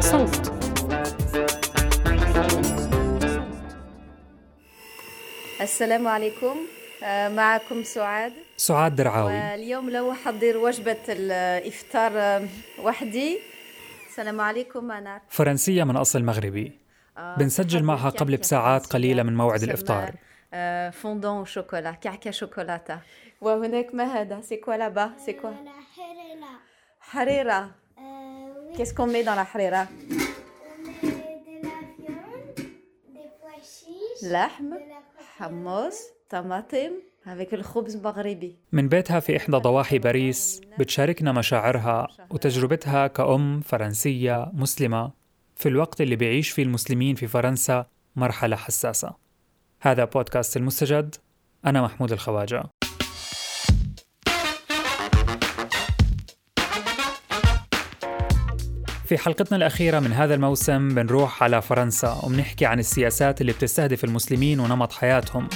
صوت. السلام عليكم، معكم سعاد درعاوي. واليوم لو أحضر وجبة الإفطار وحدي. السلام عليكم. أنا فرنسية من أصل مغربي، بنسجل معها قبل بساعات قليلة من موعد الإفطار. فوندون شوكولا، كعكة شوكولاتة. وهناك ما هذا؟ سي كوا لابا؟ سي كوا؟ حريرة. Qu'est-ce qu'on met dans la harira? On met de la viande, des pois chiches, لحم، حمص، طماطم، avec الخبز مغربي. من بيتها في إحدى ضواحي باريس بتشاركنا مشاعرها وتجربتها كأم فرنسية مسلمة في الوقت اللي بيعيش فيه المسلمين في فرنسا مرحلة حساسة. هذا بودكاست المستجد، أنا محمود الخواجة. في حلقتنا الأخيرة من هذا الموسم بنروح على فرنسا وبنحكي عن السياسات اللي بتستهدف المسلمين ونمط حياتهم.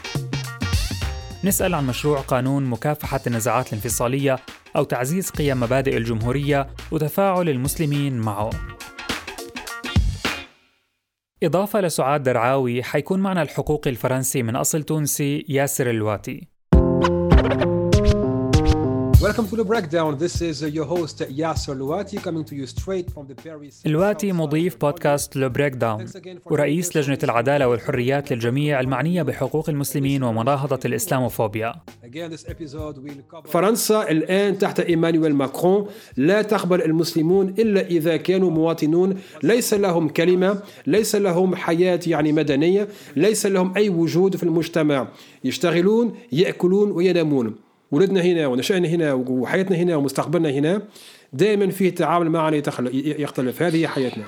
نسأل عن مشروع قانون مكافحة النزاعات الانفصالية أو تعزيز قيم مبادئ الجمهورية وتفاعل المسلمين معه. إضافة لسعاد درعاوي حيكون معنا الحقوقي الفرنسي من أصل تونسي ياسر اللواتي. Welcome to the breakdown. This is your host Yasser Louati coming to you straight from the Paris. اللواتي مضيف بودكاست لو بريك داون ورئيس لجنة العدالة والحريات للجميع المعنية بحقوق المسلمين ومناهضة الإسلاموفوبيا. فرنسا الآن تحت إيمانويل ماكرون لا تقبل المسلمون إلا إذا كانوا مواطنون ليس لهم كلمة، ليس لهم حياة مدنية، ليس لهم أي وجود في المجتمع، يشتغلون يأكلون وينامون. ولدنا هنا ونشأنا هنا وحياتنا هنا ومستقبلنا هنا، دائما فيه تعامل معنا يختلف. هذه حياتنا.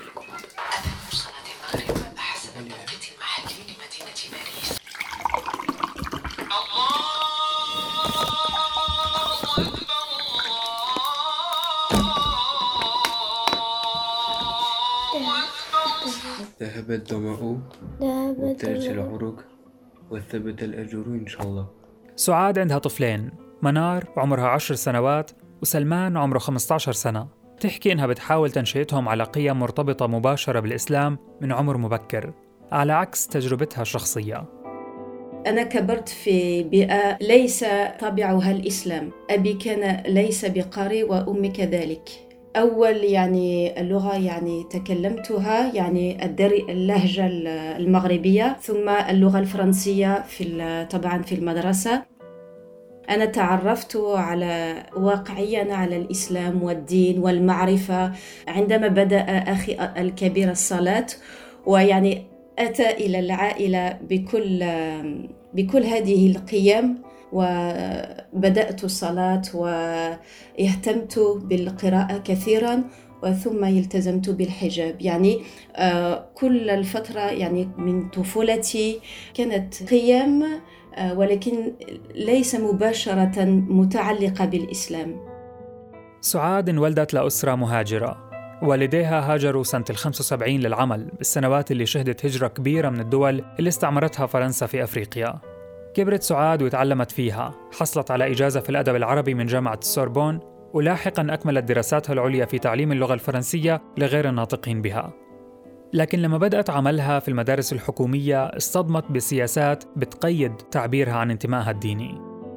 ذهب الظمأ وابتلت العروق وثبت الأجر إن شاء الله. سعاد عندها طفلين، منار عمرها 10 سنوات وسلمان عمره 15 سنة. تحكي إنها بتحاول تنشئتهم على قيم مرتبطة مباشرة بالإسلام من عمر مبكر، على عكس تجربتها الشخصية. أنا كبرت في بيئة ليس طابعها الإسلام. أبي كان ليس بقارئ وأمي كذلك. أول اللغة تكلمتها اللهجة المغربية، ثم اللغة الفرنسية طبعا في المدرسة. أنا تعرفت واقعيا على الإسلام والدين والمعرفة عندما بدأ أخي الكبير الصلاة، أتى إلى العائلة بكل هذه القيم، وبدأت الصلاة واهتمت بالقراءة كثيرا، وثم التزمت بالحجاب. كل الفترة من طفولتي كانت قيم، ولكن ليس مباشرة متعلقة بالإسلام. سعاد انولدت لأسرة مهاجرة، والديها هاجروا سنة 75 للعمل بالسنوات اللي شهدت هجرة كبيرة من الدول اللي استعمرتها فرنسا في أفريقيا. كبرت سعاد وتعلمت فيها، حصلت على إجازة في الأدب العربي من جامعة السوربون، ولاحقاً أكملت دراساتها العليا في تعليم اللغة الفرنسية لغير الناطقين بها. لكن لما بدأت عملها في المدارس الحكومية اصطدمت بسياسات بتقيد تعبيرها عن انتمائها الديني.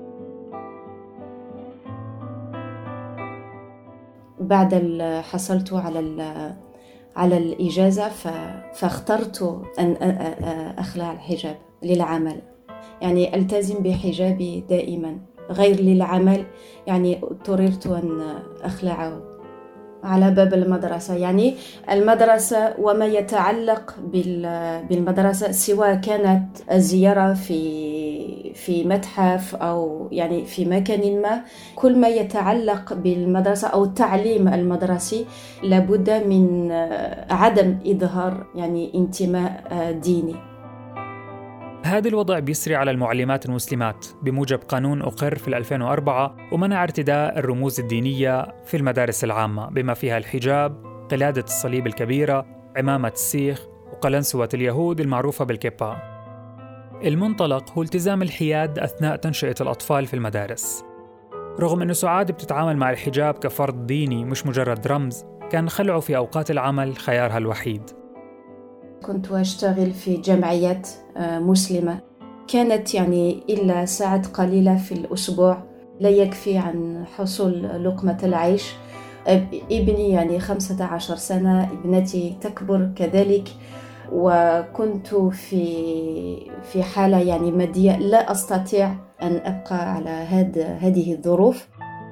بعد حصلت على الإجازة، فاخترت أن أخلع الحجاب للعمل. ألتزم بحجابي دائما، غير للعمل. اضطررت أن أخلعه على باب المدرسة. المدرسة وما يتعلق بالمدرسة، سواء كانت الزيارة في متحف أو في مكان ما، كل ما يتعلق بالمدرسة أو التعليم المدرسي لابد من عدم إظهار انتماء ديني. هذا الوضع بيسري على المعلمات المسلمات بموجب قانون أقر في 2004 ومنع ارتداء الرموز الدينية في المدارس العامة، بما فيها الحجاب، قلادة الصليب الكبيرة، عمامة السيخ، وقلنسوة اليهود المعروفة بالكيبا. المنطلق هو التزام الحياد أثناء تنشئة الأطفال في المدارس. رغم أن سعاد بتتعامل مع الحجاب كفرض ديني مش مجرد رمز، كان خلعه في أوقات العمل خيارها الوحيد. كنت أشتغل في جمعيات مسلمة، كانت يعني إلا ساعات قليلة في الأسبوع، لا يكفي عن حصول لقمة العيش. ابني يعني 15 سنة، ابنتي تكبر كذلك، وكنت في حالة يعني مادية لا أستطيع أن أبقى على هذه الظروف.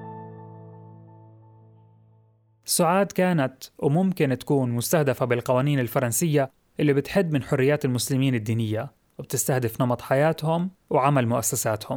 سعاد كانت وممكن تكون مستهدفة بالقوانين الفرنسية اللي بتحد من حريات المسلمين الدينية وبتستهدف نمط حياتهم وعمل مؤسساتهم.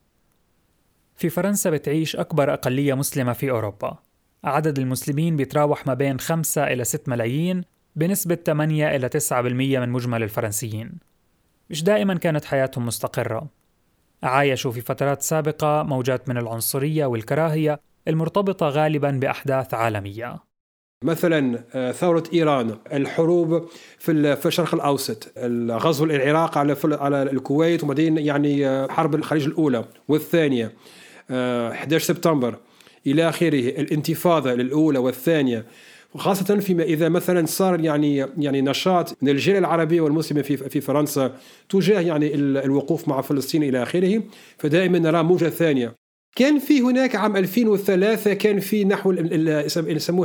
في فرنسا بتعيش أكبر أقلية مسلمة في أوروبا، عدد المسلمين بيتراوح ما بين 5 إلى 6 ملايين بنسبة 8 إلى 9% من مجمل الفرنسيين. مش دائما كانت حياتهم مستقرة، عايشوا في فترات سابقة موجات من العنصرية والكراهية المرتبطة غالبا بأحداث عالمية، مثلا ثورة إيران، الحروب في الشرق الأوسط، غزو العراق على الكويت، وبعدين يعني حرب الخليج الأولى والثانية، 11 سبتمبر إلى آخره، الانتفاضة الأولى والثانية، وخاصة فيما إذا مثلا صار يعني نشاط من الجالية العربية والمسلمة في فرنسا تجاه يعني الوقوف مع فلسطين إلى آخره، فدائما نرى موجة ثانية. كان في هناك عام 2003 كان في نحو يسموه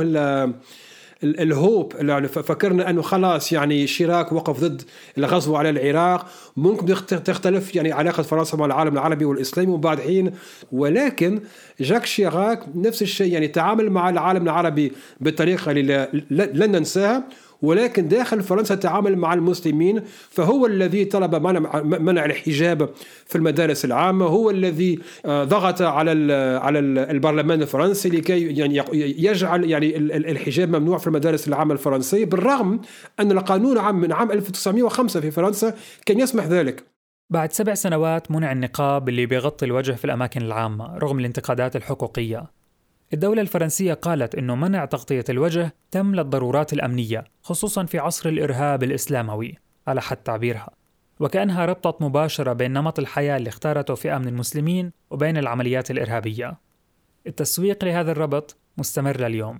الهوب، فكرنا أنه خلاص يعني الشراك وقف ضد الغزو على العراق، ممكن تختلف يعني علاقة فرنسا مع العالم العربي والإسلامي وبعد حين، ولكن جاك شيراك نفس الشيء، يعني تعامل مع العالم العربي بطريقة لن ننساها، ولكن داخل فرنسا تعامل مع المسلمين، فهو الذي طلب منع الحجاب في المدارس العامة، هو الذي ضغط على البرلمان الفرنسي لكي يعني يجعل يعني الحجاب ممنوع في المدارس العامة الفرنسية، بالرغم أن القانون من عام 1905 في فرنسا كان يسمح ذلك. بعد 7 سنوات منع النقاب اللي بيغطي الوجه في الأماكن العامة رغم الانتقادات الحقوقية. الدولة الفرنسية قالت إنه منع تغطية الوجه تم للضرورات الأمنية، خصوصاً في عصر الإرهاب الإسلاموي على حد تعبيرها، وكأنها ربطت مباشرة بين نمط الحياة اللي اختارته فئة من المسلمين وبين العمليات الإرهابية. التسويق لهذا الربط مستمر لليوم.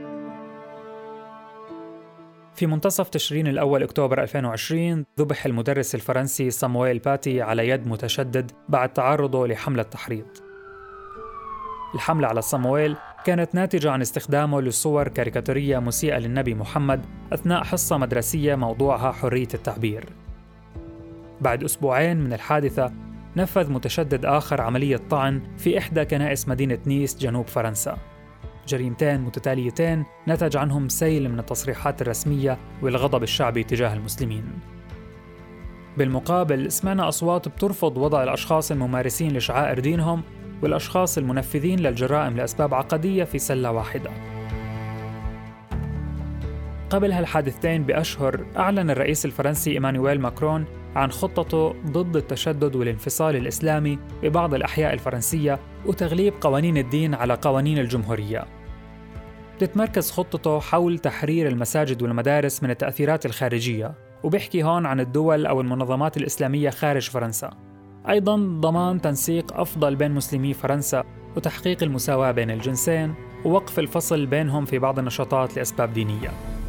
في منتصف تشرين الأول أكتوبر 2020 ذبح المدرس الفرنسي صامويل باتي على يد متشدد بعد تعرضه لحملة تحريض. الحملة على صامويل كانت ناتجة عن استخدامه لصور كاريكاتورية مسيئة للنبي محمد أثناء حصة مدرسية موضوعها حرية التعبير. بعد أسبوعين من الحادثة نفذ متشدد آخر عملية طعن في إحدى كنائس مدينة نيس جنوب فرنسا. جريمتين متتاليتين نتج عنهم سيل من التصريحات الرسمية والغضب الشعبي تجاه المسلمين. بالمقابل سمعنا أصوات بترفض وضع الأشخاص الممارسين لشعائر دينهم والأشخاص المنفذين للجرائم لأسباب عقدية في سلة واحدة. قبل هالحادثتين بأشهر أعلن الرئيس الفرنسي إيمانويل ماكرون عن خطته ضد التشدد والانفصال الإسلامي ببعض الأحياء الفرنسية وتغليب قوانين الدين على قوانين الجمهورية. بتتمركز خطته حول تحرير المساجد والمدارس من التأثيرات الخارجية، وبيحكي هون عن الدول أو المنظمات الإسلامية خارج فرنسا. أيضاً ضمان تنسيق أفضل بين مسلمي فرنسا وتحقيق المساواة بين الجنسين ووقف الفصل بينهم في بعض النشاطات لأسباب دينية.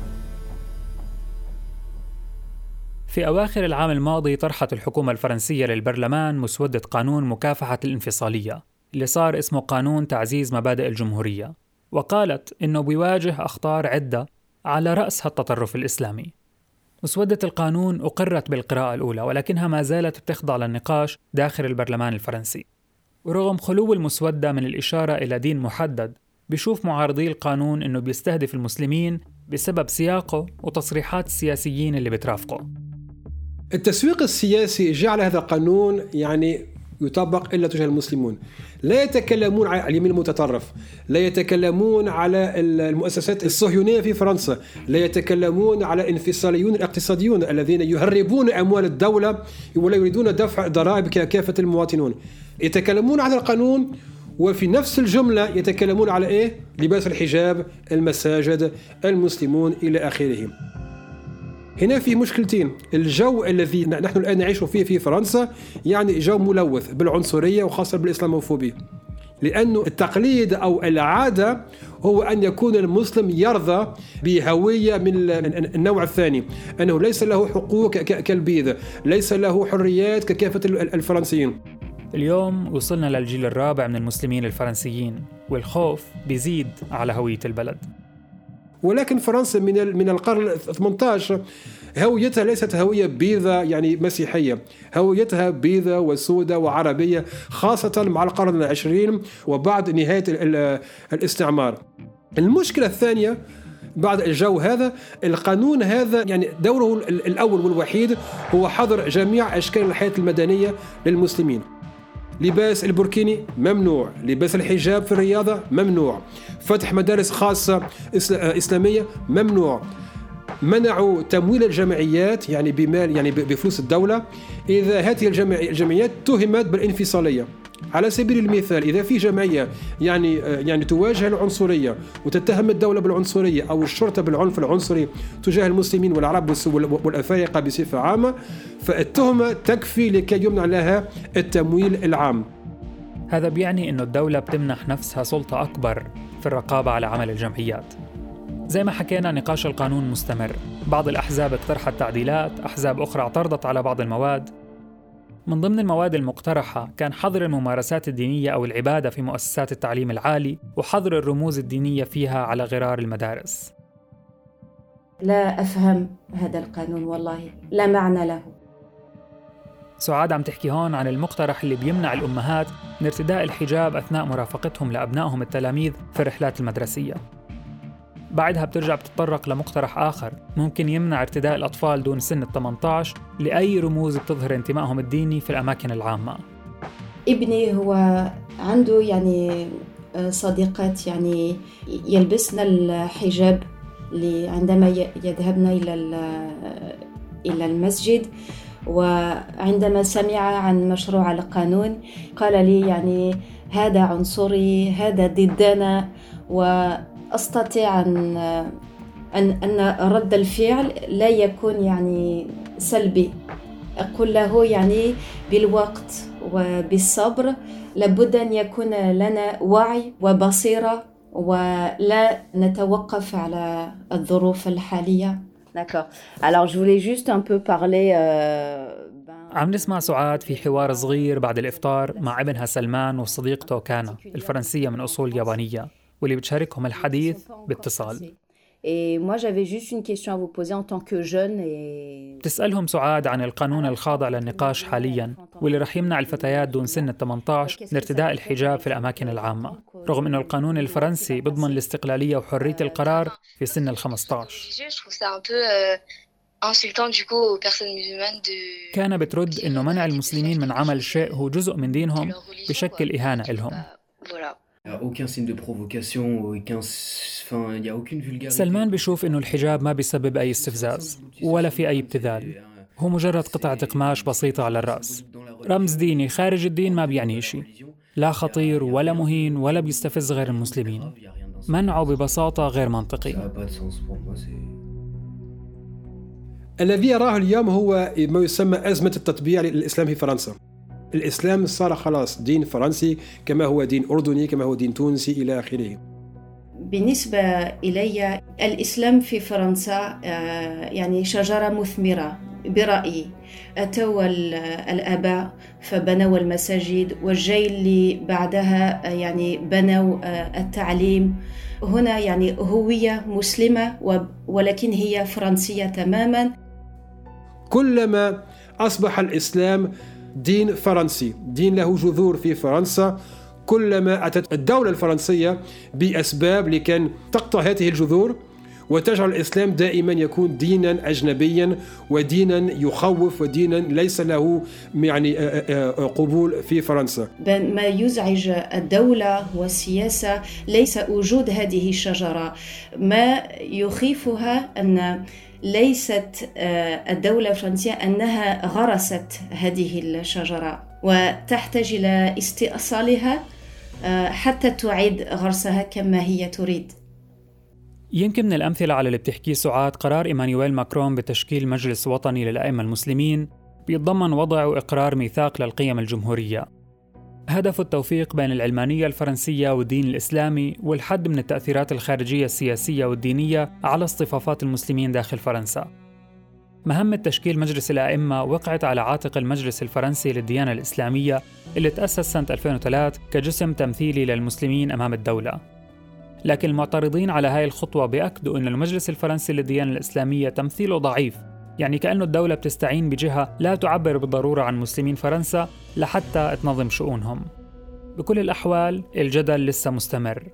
في أواخر العام الماضي طرحت الحكومة الفرنسية للبرلمان مسودة قانون مكافحة الانفصالية اللي صار اسمه قانون تعزيز مبادئ الجمهورية، وقالت إنه بيواجه أخطار عدة على رأسها التطرف الإسلامي. مسودة القانون أقرت بالقراءة الأولى، ولكنها ما زالت بتخضع للنقاش داخل البرلمان الفرنسي. ورغم خلو المسودة من الإشارة إلى دين محدد، بيشوف معارضي القانون إنه بيستهدف المسلمين بسبب سياقه وتصريحات السياسيين اللي بترافقه. التسويق السياسي جعل هذا القانون يعني يطبق إلا تجاه المسلمون. لا يتكلمون على اليمين المتطرف، لا يتكلمون على المؤسسات الصهيونية في فرنسا، لا يتكلمون على الانفصاليون الاقتصاديون الذين يهربون أموال الدولة ولا يريدون دفع ضرائب ككافة المواطنون. يتكلمون على القانون وفي نفس الجملة يتكلمون على إيه؟ لباس الحجاب، المساجد، المسلمون إلى آخره. هنا في مشكلتين. الجو الذي نحن الآن نعيش فيه في فرنسا يعني جو ملوث بالعنصرية وخاصة بالإسلاموفوبيا. لأن التقليد أو العادة هو أن يكون المسلم يرضى بهوية من النوع الثاني، أنه ليس له حقوق كالبيض، ليس له حريات ككافة الفرنسيين. اليوم وصلنا للجيل الرابع من المسلمين الفرنسيين، والخوف بيزيد على هوية البلد. ولكن فرنسا من القرن 18 هويتها ليست هوية بيضاء يعني مسيحية، هويتها بيضاء وسوداء وعربية، خاصة مع القرن العشرين وبعد نهاية الاستعمار. المشكلة الثانية بعد الجو هذا، القانون هذا يعني دوره الأول والوحيد هو حظر جميع أشكال الحياة المدنية للمسلمين. لباس البوركيني ممنوع، لباس الحجاب في الرياضة ممنوع، فتح مدارس خاصة إسلامية ممنوع، منعوا تمويل الجمعيات يعني بمال يعني بفلوس الدولة إذا هذه الجمعيات تهمت بالانفصالية. على سبيل المثال إذا في جمعية يعني تواجه العنصرية وتتهم الدولة بالعنصرية أو الشرطة بالعنف العنصري تجاه المسلمين والعرب والأفارقة بصفة عامة، فالتهمة تكفي لكي يمنع لها التمويل العام. هذا بيعني إنه الدولة بتمنح نفسها سلطة أكبر في الرقابة على عمل الجمعيات. زي ما حكينا نقاش القانون مستمر، بعض الأحزاب اقترحت تعديلات، أحزاب أخرى اعترضت على بعض المواد. من ضمن المواد المقترحة كان حظر الممارسات الدينية أو العبادة في مؤسسات التعليم العالي، وحظر الرموز الدينية فيها على غرار المدارس. لا أفهم هذا القانون والله، لا معنى له. سعاد عم تحكي هون عن المقترح اللي بيمنع الأمهات من ارتداء الحجاب أثناء مرافقتهم لأبنائهم التلاميذ في الرحلات المدرسية. بعدها بترجع بتتطرق لمقترح آخر ممكن يمنع ارتداء الأطفال دون سن 18 لأي رموز بتظهر انتمائهم الديني في الأماكن العامة. ابني هو عنده يعني صديقات يعني يلبسن الحجاب عندما يذهبن إلى المسجد، وعندما سمع عن مشروع القانون قال لي يعني هذا عنصري، هذا ضدنا، وأستطيع أن رد الفعل لا يكون يعني سلبي. أقول له يعني بالوقت وبالصبر لابد أن يكون لنا وعي وبصيرة ولا نتوقف على الظروف الحالية. D'accord. Alors je voulais juste un peu parler عم نسمع سعاد في حوار صغير بعد الإفطار مع ابنها سلمان وصديقته كانا الفرنسية من أصول يابانية، واللي بتشاركهم الحديث باتصال. Et moi j'avais juste une question à vous poser en tant que jeune تسألهم سعاد عن القانون الخاضع للنقاش حالياً واللي رح يمنع الفتيات دون سن 18 من ارتداء الحجاب في الأماكن العامة، رغم أنه القانون الفرنسي بضمن الاستقلالية وحرية القرار في سن ال 15. كان بترد أنه منع المسلمين من عمل شيء هو جزء من دينهم بشكل إهانة لهم. سلمان بيشوف إنه الحجاب ما بيسبب أي استفزاز ولا في أي ابتذال، هو مجرد قطعة قماش بسيطة على الرأس، رمز ديني خارج الدين ما بيعني شيء، لا خطير ولا مهين ولا بيستفز غير المسلمين. منعه ببساطة غير منطقي. الذي يراه اليوم هو ما يسمى أزمة التطبيع للإسلام في فرنسا. الإسلام صار خلاص دين فرنسي كما هو دين أردني كما هو دين تونسي إلى آخره. بالنسبة إلي الإسلام في فرنسا يعني شجرة مثمرة برأيي. أتوا الآباء فبنوا المساجد، والجيل اللي بعدها يعني بنوا التعليم. هنا يعني هوية مسلمة ولكن هي فرنسية تماما. كلما أصبح الإسلام دين فرنسي، دين له جذور في فرنسا، كلما أتت الدولة الفرنسية بأسباب لكي تقطع هذه الجذور وتجعل الإسلام دائما يكون دينا أجنبيا ودينا يخوف ودينا ليس له يعني قبول في فرنسا. ما يزعج الدولة والسياسة ليس وجود هذه الشجرة، ما يخيفها أن ليست الدولة الفرنسية أنها غرست هذه الشجرة وتحتاج إلى استئصالها حتى تعيد غرسها كما هي تريد. يمكن من الأمثلة على اللي بتحكيه سعاد قرار إيمانويل ماكرون بتشكيل مجلس وطني للأئمة المسلمين بيتضمن وضع وإقرار ميثاق للقيم الجمهورية. هدف التوفيق بين العلمانية الفرنسية والدين الإسلامي والحد من التأثيرات الخارجية السياسية والدينية على اصطفافات المسلمين داخل فرنسا. مهمة تشكيل مجلس الأئمة وقعت على عاتق المجلس الفرنسي للديانة الإسلامية اللي تأسس سنة 2003 كجسم تمثيلي للمسلمين أمام الدولة. لكن المعترضين على هاي الخطوة بيأكدوا أن المجلس الفرنسي للديانة الإسلامية تمثيله ضعيف، يعني كأنه الدولة بتستعين بجهة لا تعبر بالضرورة عن مسلمين فرنسا لحتى تنظم شؤونهم. بكل الأحوال الجدل لسه مستمر.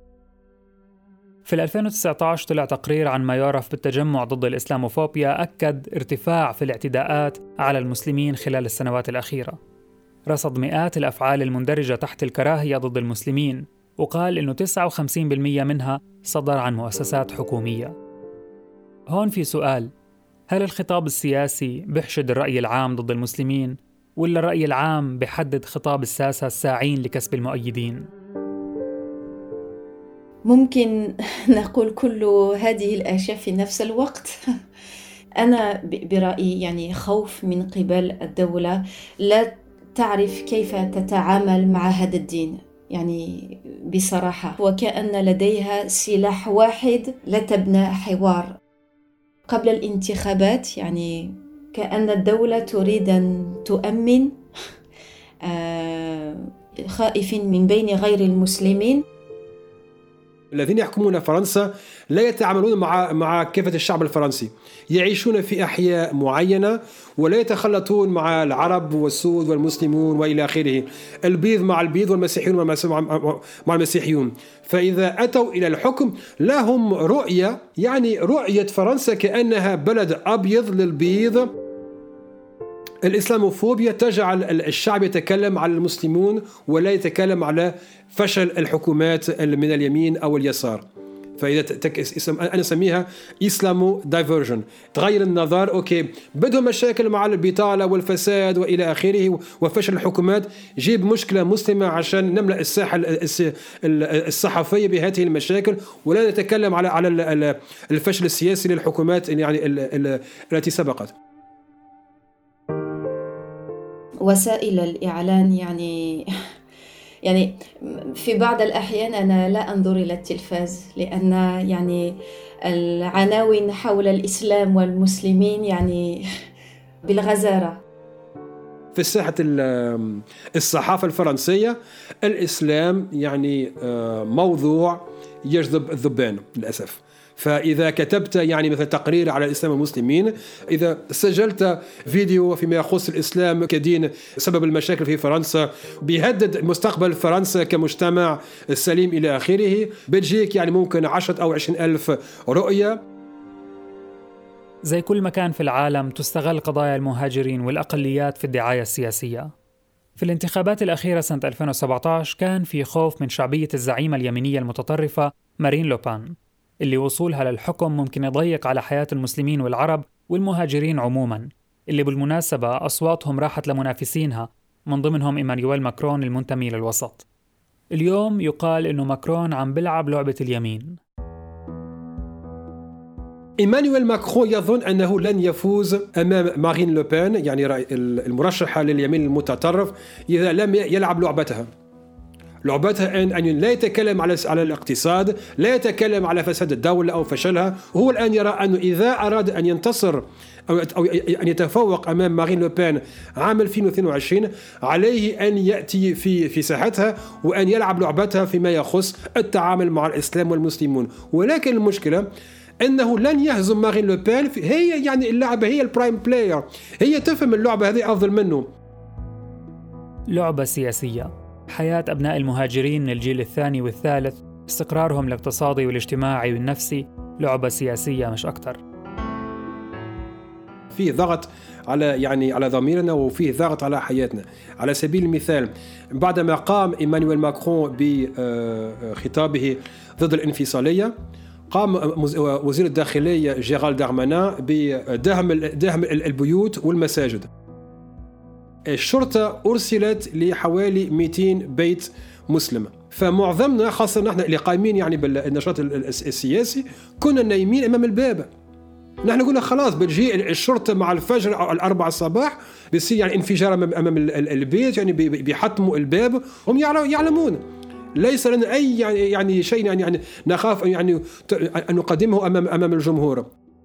في 2019 طلع تقرير عن ما يعرف بالتجمع ضد الإسلاموفوبيا أكد ارتفاع في الاعتداءات على المسلمين خلال السنوات الأخيرة. رصد مئات الأفعال المندرجة تحت الكراهية ضد المسلمين، وقال إنه 59% منها صدر عن مؤسسات حكومية. هون في سؤال: هل الخطاب السياسي بيحشد الرأي العام ضد المسلمين، ولا الرأي العام بيحدد خطاب الساسة الساعين لكسب المؤيدين؟ ممكن نقول كل هذه الأشياء في نفس الوقت. أنا برأيي يعني خوف من قبل الدولة لا تعرف كيف تتعامل مع هذا الدين، يعني بصراحة وكأن لديها سلاح واحد لا تبنى حوار. قبل الانتخابات يعني كأن الدولة تريد أن تؤمن خائفين من بين غير المسلمين. الذين يحكمون فرنسا لا يتعاملون مع كافة الشعب الفرنسي، يعيشون في أحياء معينة ولا يتخلطون مع العرب والسود والمسلمون وإلى آخره، البيض مع البيض والمسيحيون مع المسيحيون. فإذا أتوا إلى الحكم لهم رؤية، يعني رؤية فرنسا كأنها بلد أبيض للبيض. الإسلاموفوبيا تجعل الشعب يتكلم على المسلمون ولا يتكلم على فشل الحكومات من اليمين أو اليسار. فإذا أنا أسميها إسلامو دايفرجن، تغير النظر. أوكي، بدهم مشاكل مع البطالة والفساد وإلى آخره وفشل الحكومات، جيب مشكلة مسلمة عشان نملأ الساحة الصحفية بهذه المشاكل، ولا نتكلم على الفشل السياسي للحكومات يعني التي سبقت. وسائل الإعلان يعني في بعض الأحيان أنا لا أنظر إلى التلفاز، لأن يعني العناوين حول الإسلام والمسلمين يعني بالغزارة. في ساحة الصحافة الفرنسية الإسلام يعني موضوع يجذب الذبان للأسف. فإذا كتبت يعني مثل تقرير على الإسلام والمسلمين، إذا سجلت فيديو فيما يخص الإسلام كدين سبب المشاكل في فرنسا، بيهدد مستقبل فرنسا كمجتمع سليم إلى آخره، بتجيك يعني ممكن 10 أو 20 ألف رؤية. زي كل مكان في العالم تستغل قضايا المهاجرين والأقليات في الدعاية السياسية. في الانتخابات الأخيرة سنة 2017 كان في خوف من شعبية الزعيمة اليمينية المتطرفة مارين لوبان، اللي وصولها للحكم ممكن يضيق على حياة المسلمين والعرب والمهاجرين عموماً، اللي بالمناسبة أصواتهم راحت لمنافسينها من ضمنهم إيمانويل ماكرون المنتمي للوسط. اليوم يقال إنه ماكرون عم بلعب لعبة اليمين. إيمانويل ماكرون يظن أنه لن يفوز أمام مارين لوبان، يعني المرشحة لليمين المتطرف، إذا لم يلعب لعبتها أن لا يتكلم على الاقتصاد، لا يتكلم على فساد الدولة أو فشلها. هو الآن يرى أنه إذا أراد أن ينتصر أو أن يتفوق أمام مارين لوبان عام 2022 عليه أن يأتي في ساحتها وأن يلعب لعبتها فيما يخص التعامل مع الإسلام والمسلمون. ولكن المشكلة أنه لن يهزم مارين لوبان، هي يعني اللعبة، هي البرايم بلاير، هي تفهم اللعبة هذه أفضل منه. لعبة سياسية، حياة أبناء المهاجرين من الجيل الثاني والثالث، استقرارهم الاقتصادي والاجتماعي والنفسي، لعبة سياسية مش أكتر. فيه ضغط على ضميرنا وفيه ضغط على حياتنا. على سبيل المثال، بعدما قام إيمانويل ماكرون بخطابه ضد الانفصالية، قام وزير الداخلية جيرال دارمانان بدهم البيوت والمساجد. الشرطة أرسلت لحوالي 200 بيت مسلمة، فمعظمنا خاصة نحن اللي قايمين يعني بالنشاط السياسي كنا نايمين أمام الباب. نحن قلنا خلاص بتجي الشرطة مع الفجر أو 4 الصباح بيصير يعني انفجار أمام البيت، يعني بيحطموا الباب. هم يعلمون ليس لنا أي يعني شيء يعني نخاف يعني أن نقدمه أمام الجمهور.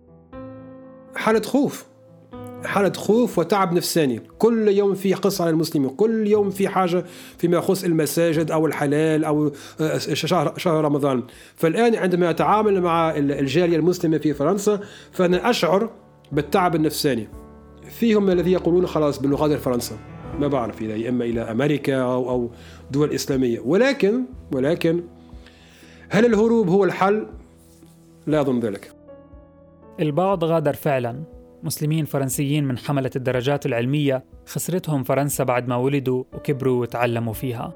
حالة خوف وتعب نفساني. كل يوم في قصة على المسلمين، كل يوم في حاجة فيما يخص المساجد أو الحلال أو شهر رمضان. فالآن عندما أتعامل مع الجالية المسلمة في فرنسا فأنا أشعر بالتعب النفساني. فيهم الذي يقولون خلاص بنغادر فرنسا، ما بعرف إذا إما إلى أمريكا أو دول إسلامية. ولكن هل الهروب هو الحل؟ لا أظن ذلك. البعض غادر فعلاً. مسلمين فرنسيين من حملة الدرجات العلمية خسرتهم فرنسا بعد ما ولدوا وكبروا وتعلموا فيها.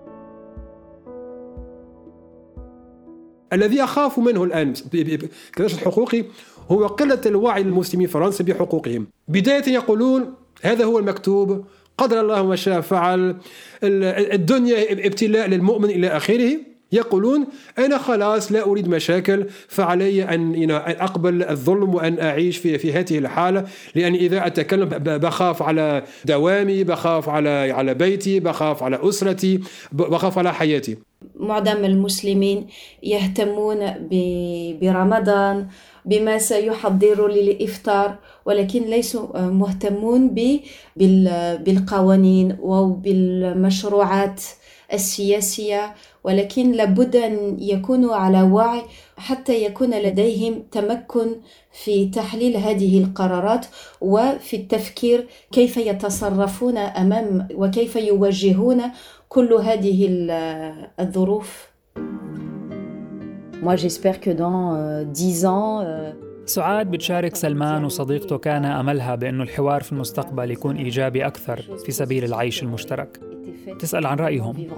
الذي أخاف منه الآن كناشط حقوقي هو قلة الوعي للمسلمين فرنسا بحقوقهم. بداية يقولون هذا هو المكتوب، قدر الله ما شاء فعل، الدنيا ابتلاء للمؤمن إلى آخره. يقولون أنا خلاص لا أريد مشاكل، فعلي أن أقبل الظلم وأن أعيش في هذه الحالة، لأن إذا أتكلم بخاف على دوامي، بخاف على بيتي، بخاف على أسرتي، بخاف على حياتي. معظم المسلمين يهتمون برمضان، بما سيحضر للإفطار، ولكن ليسوا مهتمون بالقوانين وبالمشروعات السياسية. ولكن لابد أن يكونوا على وعي حتى يكون لديهم تمكن في تحليل هذه القرارات وفي التفكير كيف يتصرفون أمام وكيف يواجهون كل هذه الظروف. Moi j'espère que dans 10 ans سعاد بتشارك سلمان وصديقته كان أملها بأنه الحوار في المستقبل يكون إيجابي أكثر في سبيل العيش المشترك. تسأل عن رأيهم.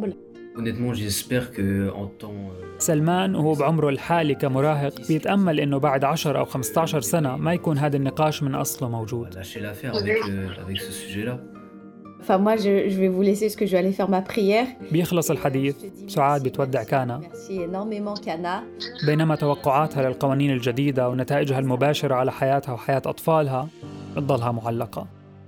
سلمان وهو بعمره الحالي كمراهق بيتأمل إنه بعد 10 أو 15 سنة ما يكون هذا النقاش من أصله موجود. Enfin moi je vais vous laisser parce que je vais aller faire ma prière. بيخلص الحديث سعاد بتودع كانا، بينما توقعاتها للقوانين الجديدة ونتائجها المباشرة على حياتها وحياة أطفالها بتضلها معلقة.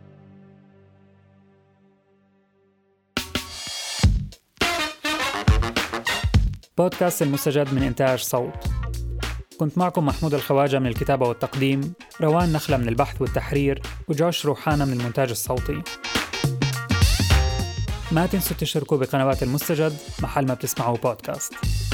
بودكاست المستجد من إنتاج صوت. كنت معكم محمود الخواجة من الكتابة والتقديم، روان نخلة من البحث والتحرير، وجوش روحانة من المونتاج الصوتي. ما تنسوا تشتركوا بقنوات المستجد محل ما بتسمعوا بودكاست.